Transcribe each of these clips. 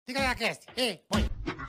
Ticaracast. Ei, põe.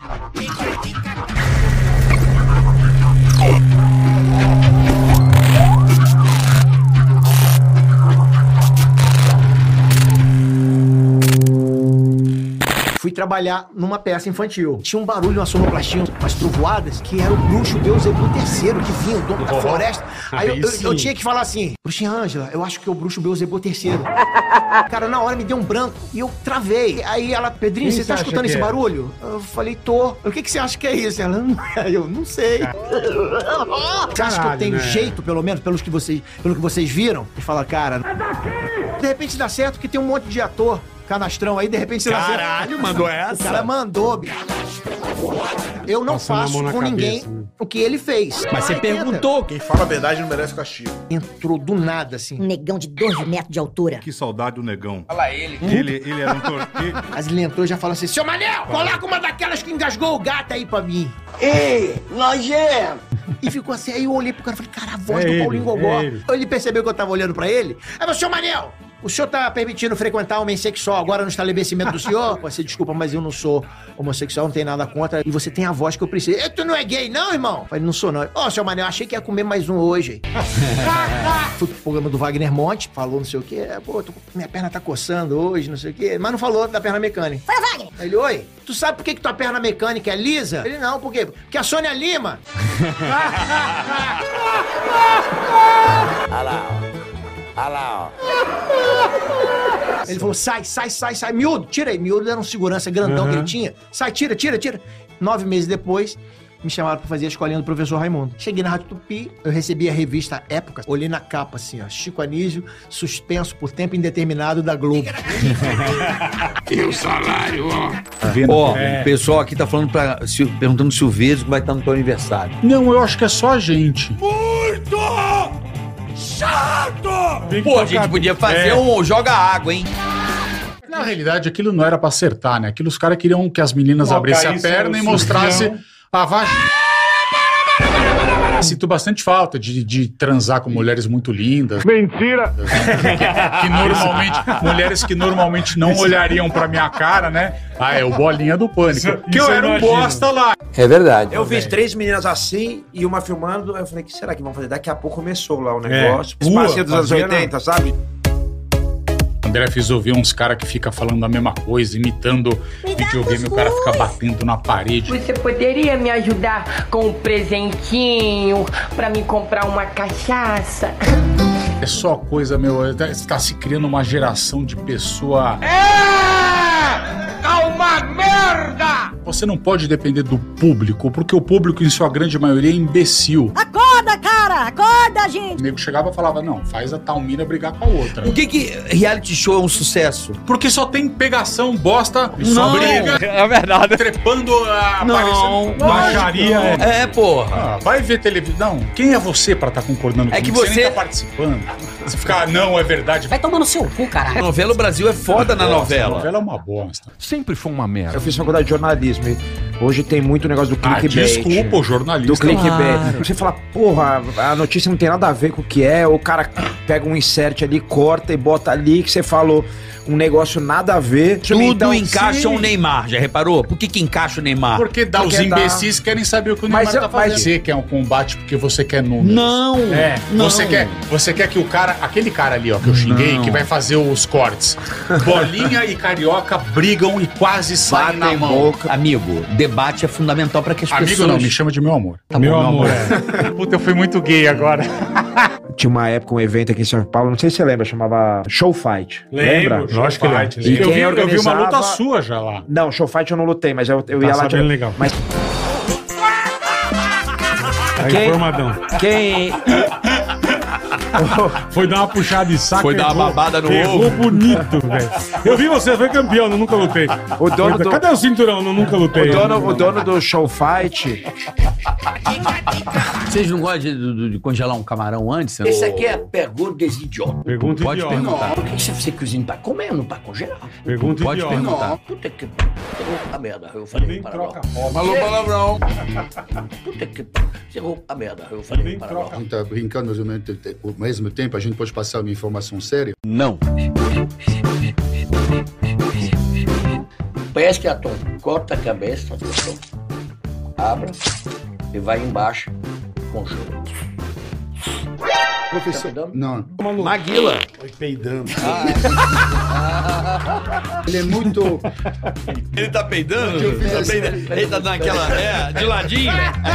Fui trabalhar numa peça infantil. Tinha um barulho, uma sonoplastia, umas trovoadas, que era o bruxo Beelzebub III, que vinha, o dono da floresta. Aí eu tinha que falar assim, bruxinha Ângela, eu acho que é o bruxo Beelzebub III. Cara, na hora me deu um branco e eu travei. Aí ela, Pedrinho, você tá escutando esse barulho? Eu falei, tô. O que você acha que é isso? Ela, eu não sei. Você acha que eu tenho jeito, pelo menos, pelo que vocês viram? E fala, cara, de repente dá certo porque tem um monte de ator canastrão aí, de repente você... Caralho, mandou essa? O cara mandou, bicho. Eu não faço com ninguém o que ele fez. Mas você perguntou. Quem fala a verdade não merece castigo. Entrou do nada, assim. Um negão de 12 metros de altura. Que saudade do negão. Fala ele. Ele era um torpedo. Mas ele entrou e já falou assim, seu Manel, coloca uma daquelas que engasgou o gato aí pra mim. Ei, nojento. E ficou assim, aí eu olhei pro cara e falei, cara, a voz do Paulinho Gogó. Ele percebeu que eu tava olhando pra ele. Aí falou, seu Manel, o senhor tá permitindo frequentar homem sexual agora no estabelecimento do senhor? Você, desculpa, mas eu não sou homossexual, não tenho nada contra. E você tem a voz que eu preciso. Tu não é gay não, irmão? Eu falei, não sou não. Ó, seu Manel, achei que ia comer mais um hoje. Fui pro programa do Wagner Monte, falou não sei o quê. Pô, minha perna tá coçando hoje, não sei o quê. Mas não falou da perna mecânica. Foi o Wagner. Aí ele, oi, tu sabe por que tua perna mecânica é lisa? Ele, não, por quê? Porque a Sônia Lima. Olha lá, ó. Olha lá, ó. Ele falou, sai. Miúdo, tira aí. Miúdo era um segurança grandão que ele tinha. Sai, tira. 9 meses depois, me chamaram pra fazer a escolinha do professor Raimundo. Cheguei na Rádio Tupi, eu recebi a revista Época, olhei na capa assim, ó, Chico Anísio, suspenso por tempo indeterminado da Globo. E o salário, ó. Ó, o pessoal aqui tá falando perguntando se o Vesgo vai estar no teu aniversário. Não, eu acho que é só a gente. Muito chato! Pô, a gente podia fazer um joga água, hein? Na realidade, aquilo não era pra acertar, né? Aquilo os caras queriam que as meninas abrissem a perna e mostrassem a vagina. Sinto bastante falta de transar com mulheres muito lindas. Mentira! Mulheres que normalmente não olhariam pra minha cara, né? Ah, é o Bolinha do Pânico. Que eu era um bosta lá. É verdade. Eu vi 3 meninas assim e uma filmando. Aí eu falei, o que será que vão fazer? Daqui a pouco começou lá o negócio. Espacinho dos anos 80, sabe? André fez ouvir uns caras que ficam falando a mesma coisa, imitando videogame, o cara fica batendo na parede. Você poderia me ajudar com um presentinho pra me comprar uma cachaça? É só coisa, meu, tá se criando uma geração de pessoa... Uma merda! Você não pode depender do público, porque o público, em sua grande maioria, é imbecil. Acorda, cara! Acorda, gente! O nego chegava e falava, não, faz a tal mina brigar com a outra. Por que reality show é um sucesso? Porque só tem pegação, bosta, Não. briga. É verdade. Trepando, Não. baixaria. É, porra. Vai ver televisão. Não, quem é você pra estar concordando É que comigo? você nem tá participando. Você ficar, não, é verdade. Vai tomar no seu cu, caralho. A novela, o Brasil é foda na novela. A novela é uma bosta. Sempre foi uma merda. Eu fiz faculdade de jornalismo e hoje tem muito negócio do clickbait. Desculpa, o jornalista. Do clickbait. Claro. Você fala, porra, a notícia não tem nada a ver com o que é, o cara pega um insert ali, corta e bota ali que você falou um negócio nada a ver. Tudo Então, encaixa sim. o Neymar, já reparou? Por que encaixa o Neymar? Porque os imbecis querem saber o que o Neymar tá fazendo. Você quer um combate porque você quer números. Não. Não. Você quer que o cara, aquele cara ali, ó, que eu xinguei, que vai fazer os cortes. Bolinha e Carioca brigam e quase saem na mão. Boca. Amigo, debate é fundamental pra que as Amigo pessoas... não, me chama de meu amor. Tá meu bom, amor. Puta, eu fui muito gay agora. Tinha uma época, um evento aqui em São Paulo, não sei se você lembra, chamava Show Fight. Lembra? Lógico que lembro. E quem Eu vi uma luta organizava- sua já lá. Não, Show Fight eu não lutei, mas eu ia lá... sabendo legal. Mas Tá Quem- informadão. quem... Foi dar uma puxada de saco. Foi dar uma babada no errou ovo. bonito, velho. Eu vi você, foi campeão, eu nunca lutei. O dono do- Cadê o cinturão? Eu nunca lutei. O dono do Show Fight... Vocês não gostam de congelar um camarão antes? Esse aqui é perguntas idiota. Pergunta Pode idiota. perguntar. Por que você cozinha tá comendo pra congelar? Pergunta Pode idiota. perguntar. Puta que... A merda, eu falei Nem troca foto. Falou palavrão. Puta que... Errou a merda, eu falei Nem troca. A gente tá brincando, mas ao mesmo tempo a gente pode passar uma informação séria. Não. Pesque, Atom. corta a cabeça, abra e vai embaixo com choro. Professor, não. Maguila. Foi peidando. Ele é muito... Ele tá peidando? Ele tá dando aquela... de ladinho.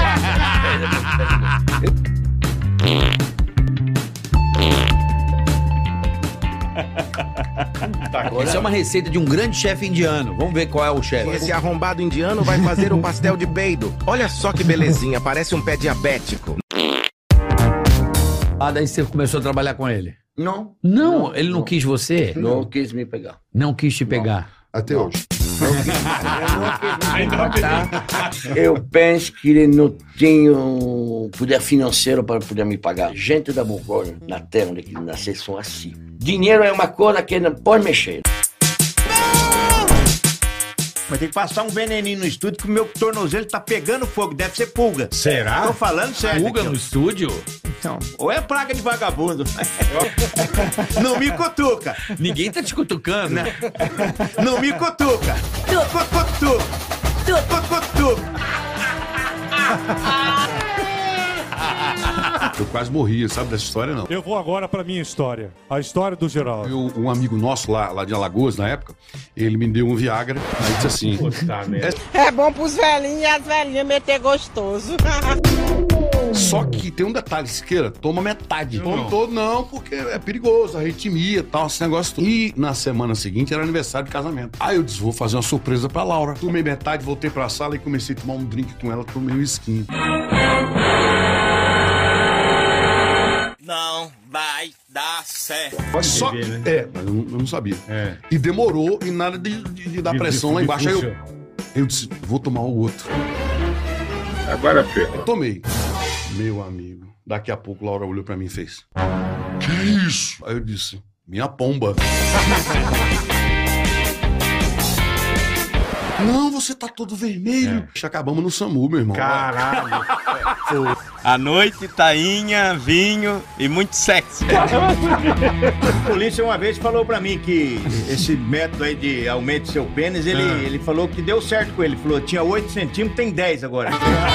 Isso é uma receita de um grande chefe indiano. Vamos ver qual é o chefe. Esse arrombado indiano vai fazer o pastel de peido. Olha só que belezinha, parece um pé diabético. Ah, daí você começou a trabalhar com ele? Não. Não, ele não quis você? Não quis me pegar. Não quis te pegar? Até hoje. Eu penso que ele não tinha poder financeiro para poder me pagar. Gente da Borgonha, na terra onde ele nasceu, são assim. Dinheiro é uma coisa que não pode mexer. Mas tem que passar um veneninho no estúdio que o meu tornozelo tá pegando fogo. Deve ser pulga. Será? Tô falando sério. Pulga aqui, no estúdio? Então, ou é praga de vagabundo. Não me cutuca. Ninguém tá te cutucando. Não me cutuca. Cutuca. Eu quase morria, sabe dessa história, não? Eu vou agora pra minha história. A história do Geraldo. Um amigo nosso lá de Alagoas, na época, ele me deu um Viagra, aí disse assim... É bom pros velhinhos e as velhinhas meter gostoso. Só que tem um detalhe, Siqueira, toma metade. Toma todo não, porque é perigoso, arritmia e tal, esse negócio. E na semana seguinte era aniversário de casamento. Aí eu disse, vou fazer uma surpresa pra Laura. Tomei metade, voltei pra sala e comecei a tomar um drink com ela, tomei um skin. Não vai dar certo. Só que, né? Mas eu não sabia. E demorou e nada de dar pressão lá embaixo. Aí eu disse, vou tomar o outro. Agora, Pedro. Tomei. Meu amigo, daqui a pouco Laura olhou pra mim e fez: que isso? Aí eu disse, minha pomba. Não, você tá todo vermelho. Acabamos no SAMU, meu irmão. Caralho. A noite, tainha, vinho e muito sexo. A polícia uma vez falou pra mim que esse método aí de aumento do seu pênis, ele falou que deu certo com ele. Falou, tinha 8 centímetros, tem 10 agora.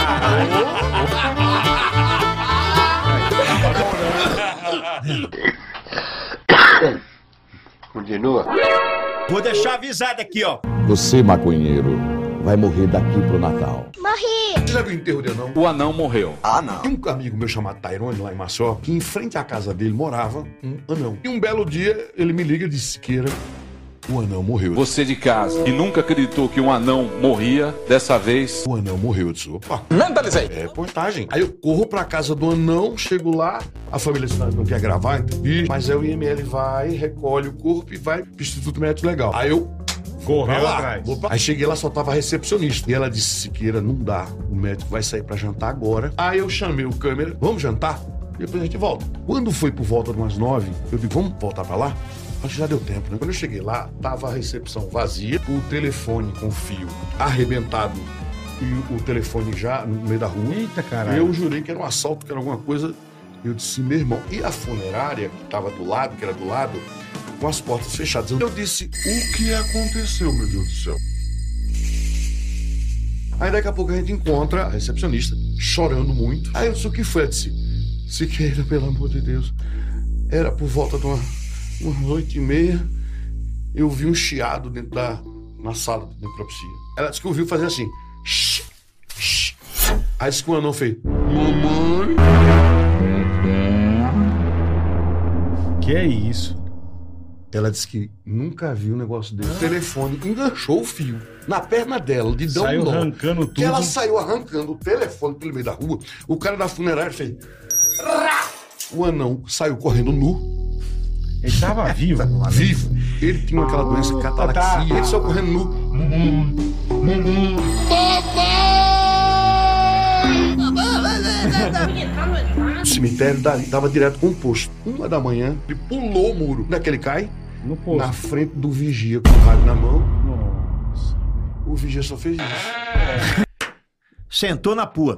Continua. Vou deixar avisado aqui, ó. Você, maconheiro, vai morrer daqui pro Natal. Morri! Você já viu o enterro de anão? O anão morreu. Ah, não. Tem um amigo meu chamado Tairone, lá em Maceió, que em frente à casa dele morava um anão. E um belo dia, ele me liga e disse, Siqueira, o anão morreu. Você de casa, que nunca acreditou que um anão morria, dessa vez... O anão morreu. Eu disse, opa. Mentalizei. É reportagem. Aí eu corro pra casa do anão, chego lá, a família não quer gravar a entrevista, mas aí o IML vai, recolhe o corpo e vai pro Instituto Médico Legal. Aí eu... Correu atrás. Aí cheguei lá, só tava a recepcionista. E ela disse, Siqueira, não dá. O médico vai sair pra jantar agora. Aí eu chamei o câmera, vamos jantar? E depois a gente volta. Quando foi por volta de umas 9, eu digo, vamos voltar pra lá? Acho que já deu tempo, né? Quando eu cheguei lá, tava a recepção vazia, o telefone com fio arrebentado e o telefone já no meio da rua. Eita, caralho. Eu jurei que era um assalto, que era alguma coisa. Eu disse, meu irmão, e a funerária que tava do lado, que era do lado, com as portas fechadas. Eu disse, o que aconteceu, meu Deus do céu? Aí daqui a pouco a gente encontra a recepcionista chorando muito. Aí eu disse, o que foi? Ela disse, Siqueira, pelo amor de Deus, era por volta de umas 8h30, eu vi um chiado dentro na sala de necropsia. Ela disse que ouviu fazer assim. Shh, shh. Aí disse que o anão fez, mamãe. Que é isso? Ela disse que nunca viu um negócio desse. O telefone enganchou o fio na perna dela, de dar um nó. Saiu arrancando tudo. Que ela saiu arrancando o telefone pelo meio da rua. O cara da funerária fez... O anão saiu correndo nu. Ele tava vivo. Vivo. Ele tinha aquela doença catalaxia. Ele saiu correndo nu. O cemitério dava direto com o posto. 1h da manhã, ele pulou o muro. Onde é que ele cai? No posto. Na frente do vigia, com o rádio na mão. Nossa. O vigia só fez isso. Sentou na pua.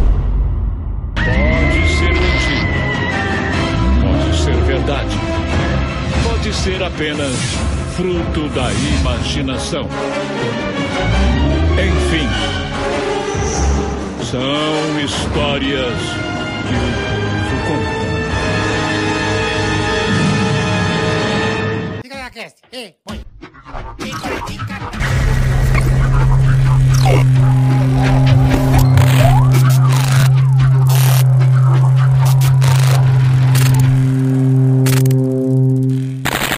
Pode ser mentira. Pode ser verdade. Pode ser apenas fruto da imaginação. São histórias que o povo conta. Fica aí, Cast. Ei, põe.